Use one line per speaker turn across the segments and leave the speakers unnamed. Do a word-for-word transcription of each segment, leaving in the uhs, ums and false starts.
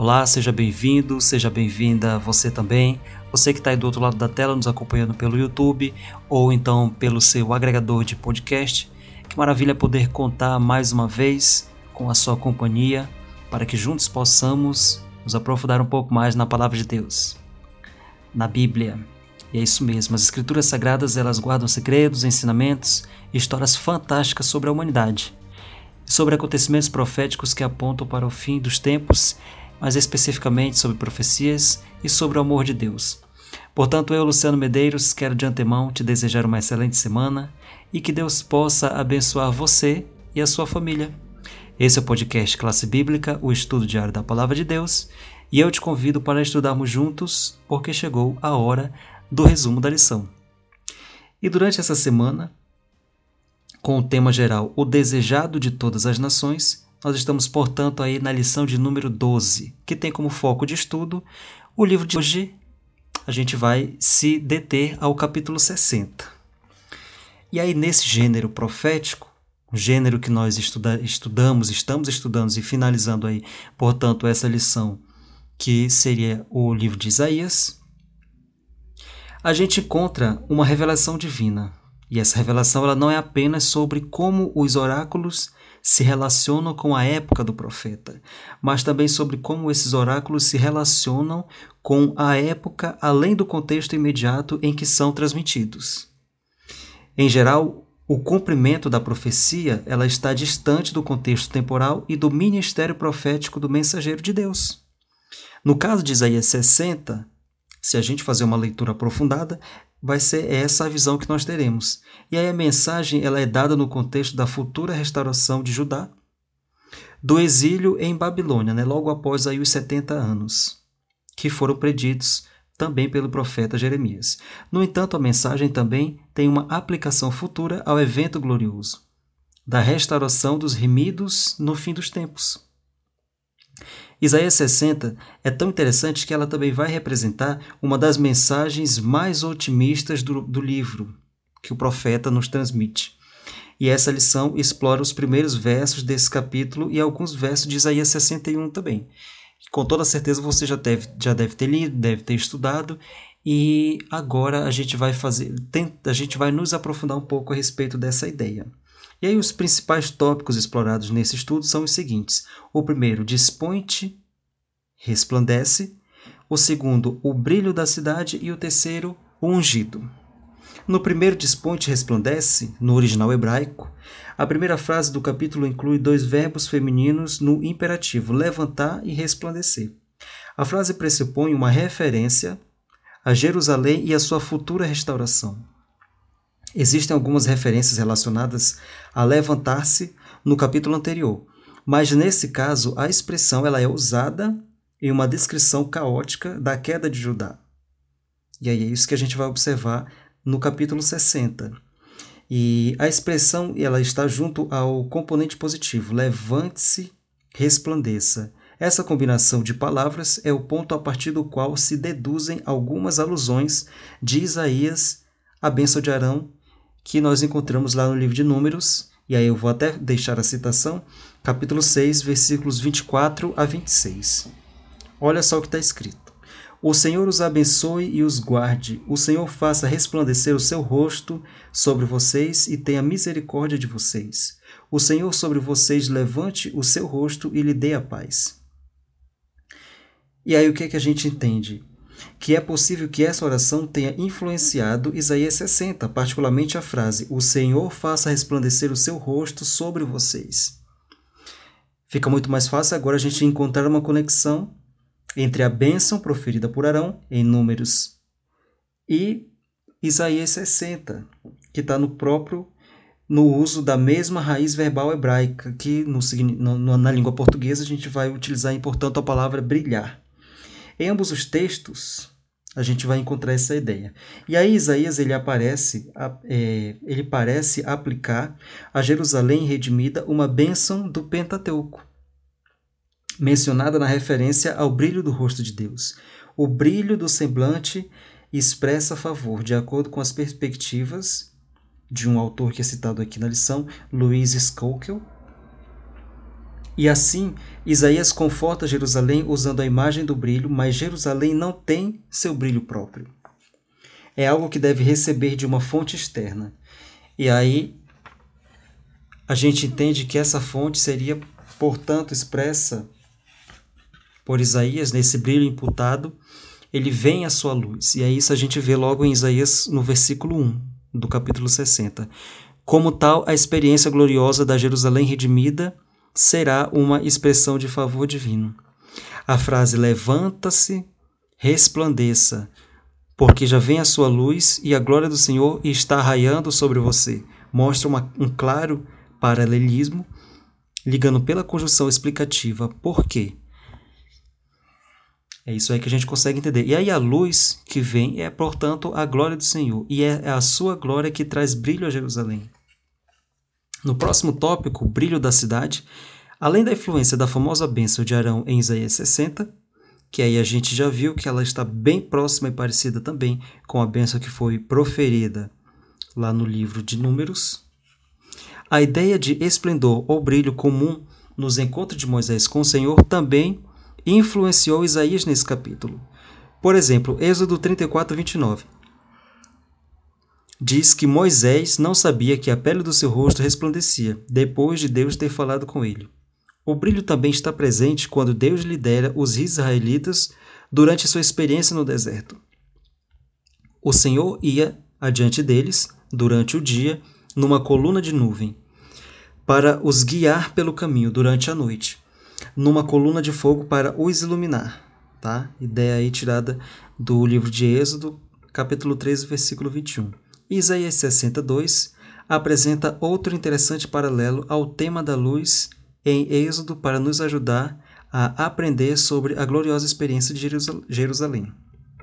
Olá, seja bem-vindo, seja bem-vinda você também. Você que está aí do outro lado da tela nos acompanhando pelo YouTube ou então pelo seu agregador de podcast. Que maravilha poder contar mais uma vez com a sua companhia para que juntos possamos nos aprofundar um pouco mais na Palavra de Deus, na Bíblia. E é isso mesmo, as Escrituras Sagradas elas guardam segredos, ensinamentos e histórias fantásticas sobre a humanidade, sobre acontecimentos proféticos que apontam para o fim dos tempos, mas especificamente sobre profecias e sobre o amor de Deus. Portanto, eu, Luciano Medeiros, quero de antemão te desejar uma excelente semana e que Deus possa abençoar você e a sua família. Esse é o podcast Classe Bíblica, o estudo diário da Palavra de Deus, e eu te convido para estudarmos juntos, porque chegou a hora do resumo da lição. E durante essa semana, com o tema geral O Desejado de Todas as Nações, nós estamos, portanto, aí na lição de número doze, que tem como foco de estudo o livro de hoje. A gente vai se deter ao capítulo sessenta. E aí, nesse gênero profético, o gênero que nós estuda, estudamos, estamos estudando e finalizando aí, portanto, essa lição, que seria o livro de Isaías, a gente encontra uma revelação divina. E essa revelação ela não é apenas sobre como os oráculos se relacionam com a época do profeta, mas também sobre como esses oráculos se relacionam com a época além do contexto imediato em que são transmitidos. Em geral, o cumprimento da profecia ela está distante do contexto temporal e do ministério profético do mensageiro de Deus. No caso de Isaías sessenta, se a gente fazer uma leitura aprofundada, vai ser essa a visão que nós teremos. E aí a mensagem ela é dada no contexto da futura restauração de Judá, do exílio em Babilônia, né, logo após aí os setenta anos, que foram preditos também pelo profeta Jeremias. No entanto, a mensagem também tem uma aplicação futura ao evento glorioso, da restauração dos remidos no fim dos tempos. Isaías sessenta é tão interessante que ela também vai representar uma das mensagens mais otimistas do, do livro que o profeta nos transmite. E essa lição explora os primeiros versos desse capítulo e alguns versos de Isaías sessenta e um também. Com toda certeza você já deve, já deve ter lido, deve ter estudado, e agora a gente vai fazer, a gente vai nos aprofundar um pouco a respeito dessa ideia. E aí os principais tópicos explorados nesse estudo são os seguintes. O primeiro, dispõe-te, resplandece. O segundo, o brilho da cidade. E o terceiro, o ungido. No primeiro, dispõe-te, resplandece, no original hebraico, a primeira frase do capítulo inclui dois verbos femininos no imperativo, levantar e resplandecer. A frase pressupõe uma referência a Jerusalém e a sua futura restauração. Existem algumas referências relacionadas a levantar-se no capítulo anterior, mas nesse caso a expressão ela é usada em uma descrição caótica da queda de Judá. E aí é isso que a gente vai observar no capítulo sessenta. E a expressão ela está junto ao componente positivo, levante-se, resplandeça. Essa combinação de palavras é o ponto a partir do qual se deduzem algumas alusões de Isaías à bênção de Arão, que nós encontramos lá no livro de Números, e aí eu vou até deixar a citação, capítulo seis, versículos vinte e quatro a vinte e seis. Olha só o que está escrito. O Senhor os abençoe e os guarde, o Senhor faça resplandecer o seu rosto sobre vocês e tenha misericórdia de vocês. O Senhor sobre vocês levante o seu rosto e lhe dê a paz. E aí o que é que a gente entende? Que é possível que essa oração tenha influenciado Isaías sessenta, particularmente a frase, o Senhor faça resplandecer o seu rosto sobre vocês. Fica muito mais fácil agora a gente encontrar uma conexão entre a bênção proferida por Arão, em Números, e Isaías sessenta, que está no próprio, no uso da mesma raiz verbal hebraica, que no, no, na língua portuguesa a gente vai utilizar, portanto, a palavra brilhar. Em ambos os textos, a gente vai encontrar essa ideia. E aí Isaías ele aparece, é, ele parece aplicar a Jerusalém redimida uma bênção do Pentateuco, mencionada na referência ao brilho do rosto de Deus. O brilho do semblante expressa favor, de acordo com as perspectivas de um autor que é citado aqui na lição, Louis Schoukel. E assim, Isaías conforta Jerusalém usando a imagem do brilho, mas Jerusalém não tem seu brilho próprio. É algo que deve receber de uma fonte externa. E aí, a gente entende que essa fonte seria, portanto, expressa por Isaías, nesse brilho imputado, ele vem à sua luz. E é isso a gente vê logo em Isaías, no versículo um do capítulo sessenta. Como tal, a experiência gloriosa da Jerusalém redimida será uma expressão de favor divino. A frase levanta-se, resplandeça, porque já vem a sua luz e a glória do Senhor está raiando sobre você. Mostra uma, um claro paralelismo, ligando pela conjunção explicativa. Por quê? É isso aí que a gente consegue entender. E aí a luz que vem é, portanto, a glória do Senhor. E é a sua glória que traz brilho a Jerusalém. No próximo tópico, o brilho da cidade, além da influência da famosa bênção de Arão em Isaías sessenta, que aí a gente já viu que ela está bem próxima e parecida também com a bênção que foi proferida lá no livro de Números. A ideia de esplendor ou brilho comum nos encontros de Moisés com o Senhor também influenciou Isaías nesse capítulo. Por exemplo, Êxodo trinta e quatro, vinte e nove. Diz que Moisés não sabia que a pele do seu rosto resplandecia, depois de Deus ter falado com ele. O brilho também está presente quando Deus lidera os israelitas durante sua experiência no deserto. O Senhor ia adiante deles, durante o dia, numa coluna de nuvem, para os guiar pelo caminho durante a noite, numa coluna de fogo para os iluminar. Tá? Ideia aí tirada do livro de Êxodo, capítulo treze, versículo vinte e um. Isaías sessenta e dois apresenta outro interessante paralelo ao tema da luz em Êxodo para nos ajudar a aprender sobre a gloriosa experiência de Jerusalém.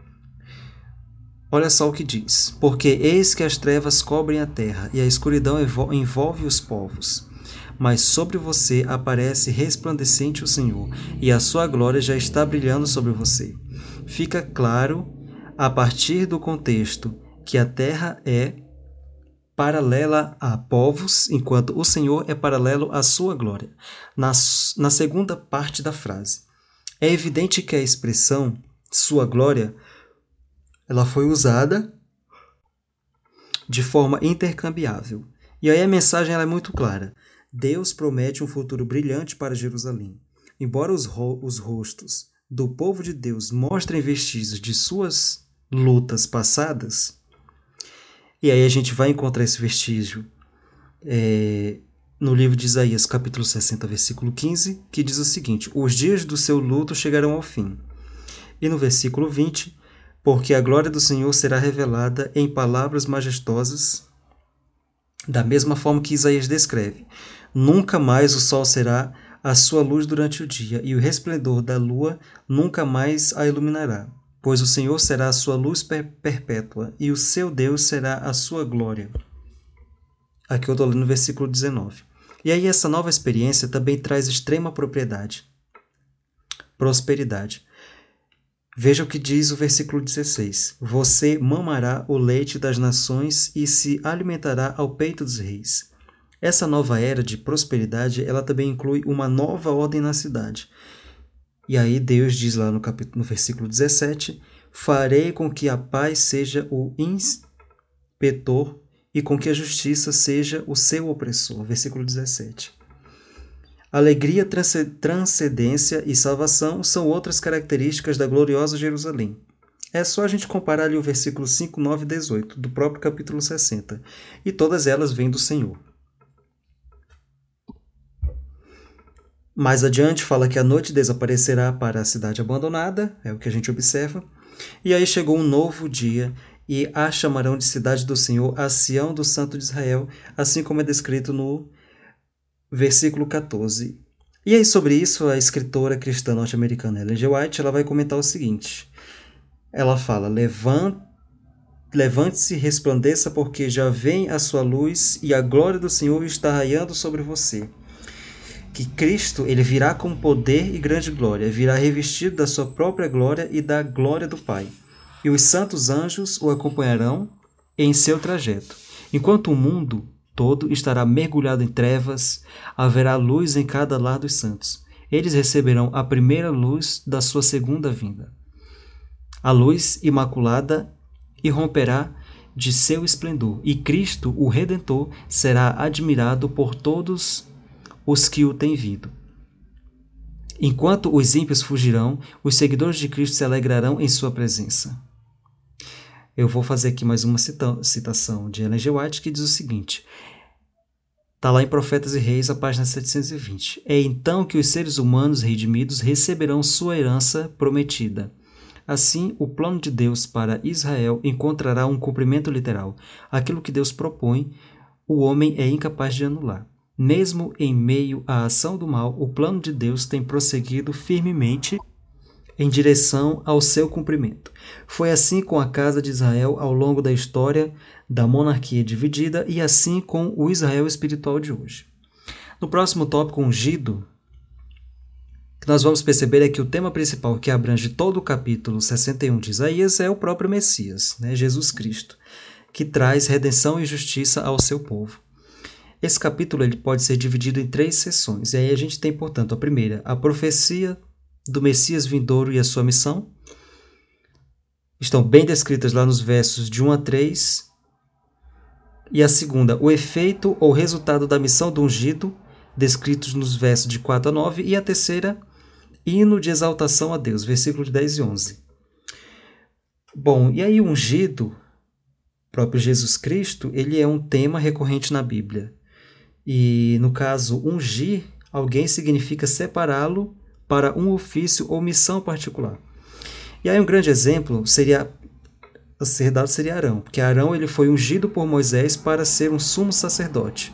Olha só o que diz. Porque eis que as trevas cobrem a terra e a escuridão envolve os povos. Mas sobre você aparece resplandecente o Senhor, e a sua glória já está brilhando sobre você. Fica claro, a partir do contexto, que a terra é paralela a povos, enquanto o Senhor é paralelo à sua glória. Na, na segunda parte da frase, é evidente que a expressão sua glória ela foi usada de forma intercambiável. E aí a mensagem ela é muito clara. Deus promete um futuro brilhante para Jerusalém. Embora os, ro- os rostos do povo de Deus mostrem vestígios de suas lutas passadas, e aí a gente vai encontrar esse vestígio é, no livro de Isaías, capítulo sessenta, versículo quinze, que diz o seguinte: os dias do seu luto chegarão ao fim. E no versículo vinte, porque a glória do Senhor será revelada em palavras majestosas, da mesma forma que Isaías descreve. Nunca mais o sol será a sua luz durante o dia, e o resplendor da lua nunca mais a iluminará. Pois o Senhor será a sua luz per- perpétua, e o seu Deus será a sua glória. Aqui eu estou lendo no versículo dezenove. E aí essa nova experiência também traz extrema propriedade, prosperidade. Veja o que diz o versículo dezesseis. Você mamará o leite das nações e se alimentará ao peito dos reis. Essa nova era de prosperidade, ela também inclui uma nova ordem na cidade. E aí Deus diz lá no, capítulo, no versículo dezessete, farei com que a paz seja o inspetor e com que a justiça seja o seu opressor. Versículo dezessete. Alegria, transcendência e salvação são outras características da gloriosa Jerusalém. É só a gente comparar ali o versículo cinco, nove e dezoito do próprio capítulo sessenta. E todas elas vêm do Senhor. Mais adiante fala que a noite desaparecerá para a cidade abandonada, é o que a gente observa. E aí chegou um novo dia e a chamarão de cidade do Senhor, a Sião do Santo de Israel, assim como é descrito no versículo quatorze. E aí sobre isso a escritora cristã norte-americana Ellen G. White ela vai comentar o seguinte. Ela fala, Levant, levante-se e resplandeça porque já vem a sua luz e a glória do Senhor está raiando sobre você. Que Cristo ele virá com poder e grande glória, virá revestido da sua própria glória e da glória do Pai. E os santos anjos o acompanharão em seu trajeto. Enquanto o mundo todo estará mergulhado em trevas, haverá luz em cada lar dos santos. Eles receberão a primeira luz da sua segunda vinda. A luz imaculada irromperá de seu esplendor, e Cristo, o Redentor, será admirado por todos os que o têm visto. Enquanto os ímpios fugirão, os seguidores de Cristo se alegrarão em sua presença. Eu vou fazer aqui mais uma cita- citação de Ellen G. White, que diz o seguinte, está lá em Profetas e Reis, a página setecentos e vinte. É então que os seres humanos redimidos receberão sua herança prometida. Assim, o plano de Deus para Israel encontrará um cumprimento literal. Aquilo que Deus propõe, o homem é incapaz de anular. Mesmo em meio à ação do mal, o plano de Deus tem prosseguido firmemente em direção ao seu cumprimento. Foi assim com a casa de Israel ao longo da história da monarquia dividida e assim com o Israel espiritual de hoje. No próximo tópico, ungido, o que nós vamos perceber é que o tema principal que abrange todo o capítulo sessenta e um de Isaías é o próprio Messias, né, Jesus Cristo, que traz redenção e justiça ao seu povo. Esse capítulo ele pode ser dividido em três seções, e aí a gente tem, portanto, a primeira, a profecia do Messias vindouro e a sua missão. Estão bem descritas lá nos versos de um a três. E a segunda, o efeito ou resultado da missão do ungido, descritos nos versos de quatro a nove. E a terceira, hino de exaltação a Deus, versículos dez e onze. Bom, e aí o ungido, próprio Jesus Cristo, ele é um tema recorrente na Bíblia. E, no caso, ungir alguém significa separá-lo para um ofício ou missão particular. E aí um grande exemplo seria a ser dado seria Arão, porque Arão ele foi ungido por Moisés para ser um sumo sacerdote.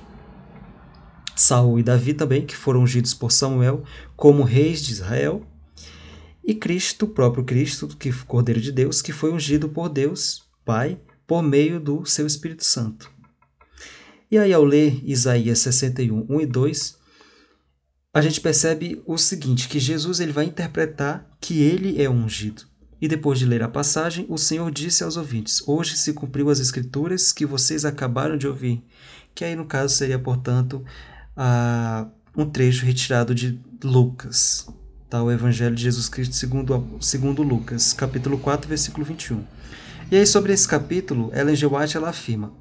Saul e Davi também, que foram ungidos por Samuel como reis de Israel. E Cristo, o próprio Cristo, que Cordeiro de Deus, que foi ungido por Deus, Pai, por meio do seu Espírito Santo. E aí, ao ler Isaías sessenta e um, um e dois, a gente percebe o seguinte, que Jesus ele vai interpretar que ele é ungido. E depois de ler a passagem, o Senhor disse aos ouvintes, hoje se cumpriu as escrituras que vocês acabaram de ouvir. Que aí, no caso, seria, portanto, a, um trecho retirado de Lucas, tá? O Evangelho de Jesus Cristo segundo, segundo Lucas, capítulo quatro, versículo vinte e um. E aí, sobre esse capítulo, Ellen G. White ela afirma,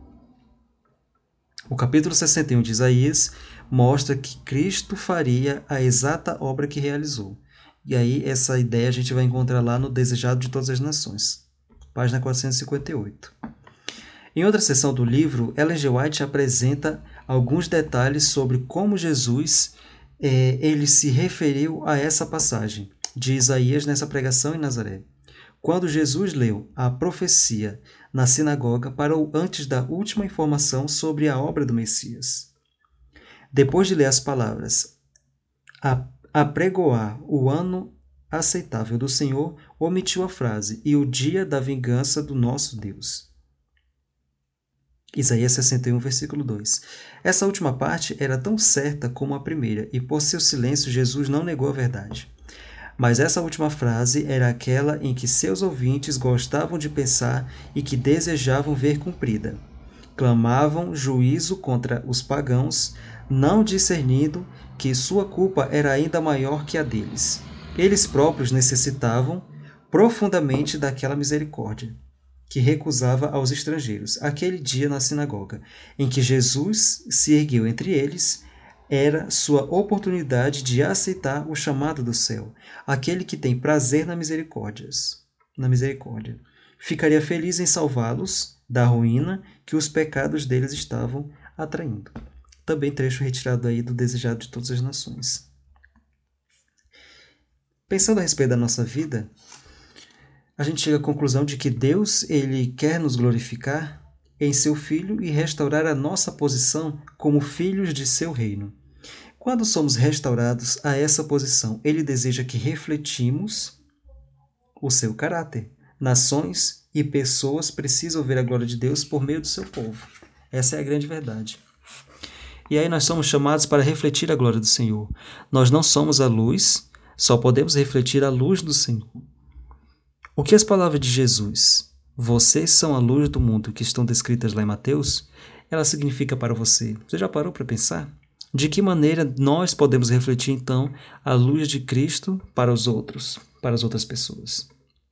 o capítulo sessenta e um de Isaías mostra que Cristo faria a exata obra que realizou. E aí, essa ideia a gente vai encontrar lá no Desejado de Todas as Nações, página quatrocentos e cinquenta e oito. Em outra seção do livro, Ellen G. White apresenta alguns detalhes sobre como Jesus eh, ele se referiu a essa passagem de Isaías nessa pregação em Nazaré. Quando Jesus leu a profecia na sinagoga, parou antes da última informação sobre a obra do Messias. Depois de ler as palavras, a apregoar o ano aceitável do Senhor, omitiu a frase, e o dia da vingança do nosso Deus. Isaías sessenta e um, versículo dois. Essa última parte era tão certa como a primeira, e por seu silêncio Jesus não negou a verdade. Mas essa última frase era aquela em que seus ouvintes gostavam de pensar e que desejavam ver cumprida. Clamavam juízo contra os pagãos, não discernindo que sua culpa era ainda maior que a deles. Eles próprios necessitavam profundamente daquela misericórdia que recusava aos estrangeiros. Aquele dia na sinagoga, em que Jesus se ergueu entre eles, era sua oportunidade de aceitar o chamado do céu, aquele que tem prazer na misericórdia. Na misericórdia. Ficaria feliz em salvá-los da ruína que os pecados deles estavam atraindo. Também trecho retirado aí do Desejado de Todas as Nações. Pensando a respeito da nossa vida, a gente chega à conclusão de que Deus ele quer nos glorificar em seu Filho e restaurar a nossa posição como filhos de seu reino. Quando somos restaurados a essa posição, ele deseja que refletimos o seu caráter. Nações e pessoas precisam ver a glória de Deus por meio do seu povo. Essa é a grande verdade. E aí nós somos chamados para refletir a glória do Senhor. Nós não somos a luz, só podemos refletir a luz do Senhor. O que as palavras de Jesus, vocês são a luz do mundo, que estão descritas lá em Mateus, ela significa para você? Você já parou para pensar? De que maneira nós podemos refletir, então, a luz de Cristo para os outros, para as outras pessoas?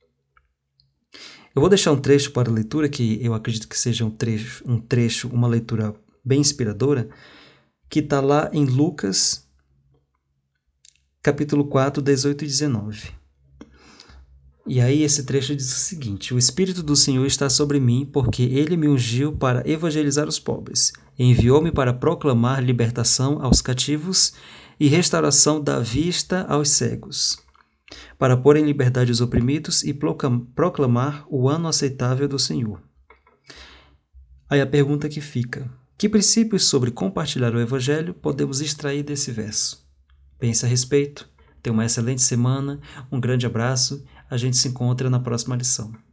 Eu vou deixar um trecho para a leitura, que eu acredito que seja um trecho, um trecho uma leitura bem inspiradora, que está lá em Lucas, capítulo quatro, dezoito e dezenove. E aí esse trecho diz o seguinte: o Espírito do Senhor está sobre mim, porque Ele me ungiu para evangelizar os pobres. Enviou-me para proclamar libertação aos cativos e restauração da vista aos cegos, para pôr em liberdade os oprimidos e proclamar o ano aceitável do Senhor. Aí a pergunta que fica: que princípios sobre compartilhar o Evangelho podemos extrair desse verso? Pense a respeito. Tenha uma excelente semana, um grande abraço. A gente se encontra na próxima lição.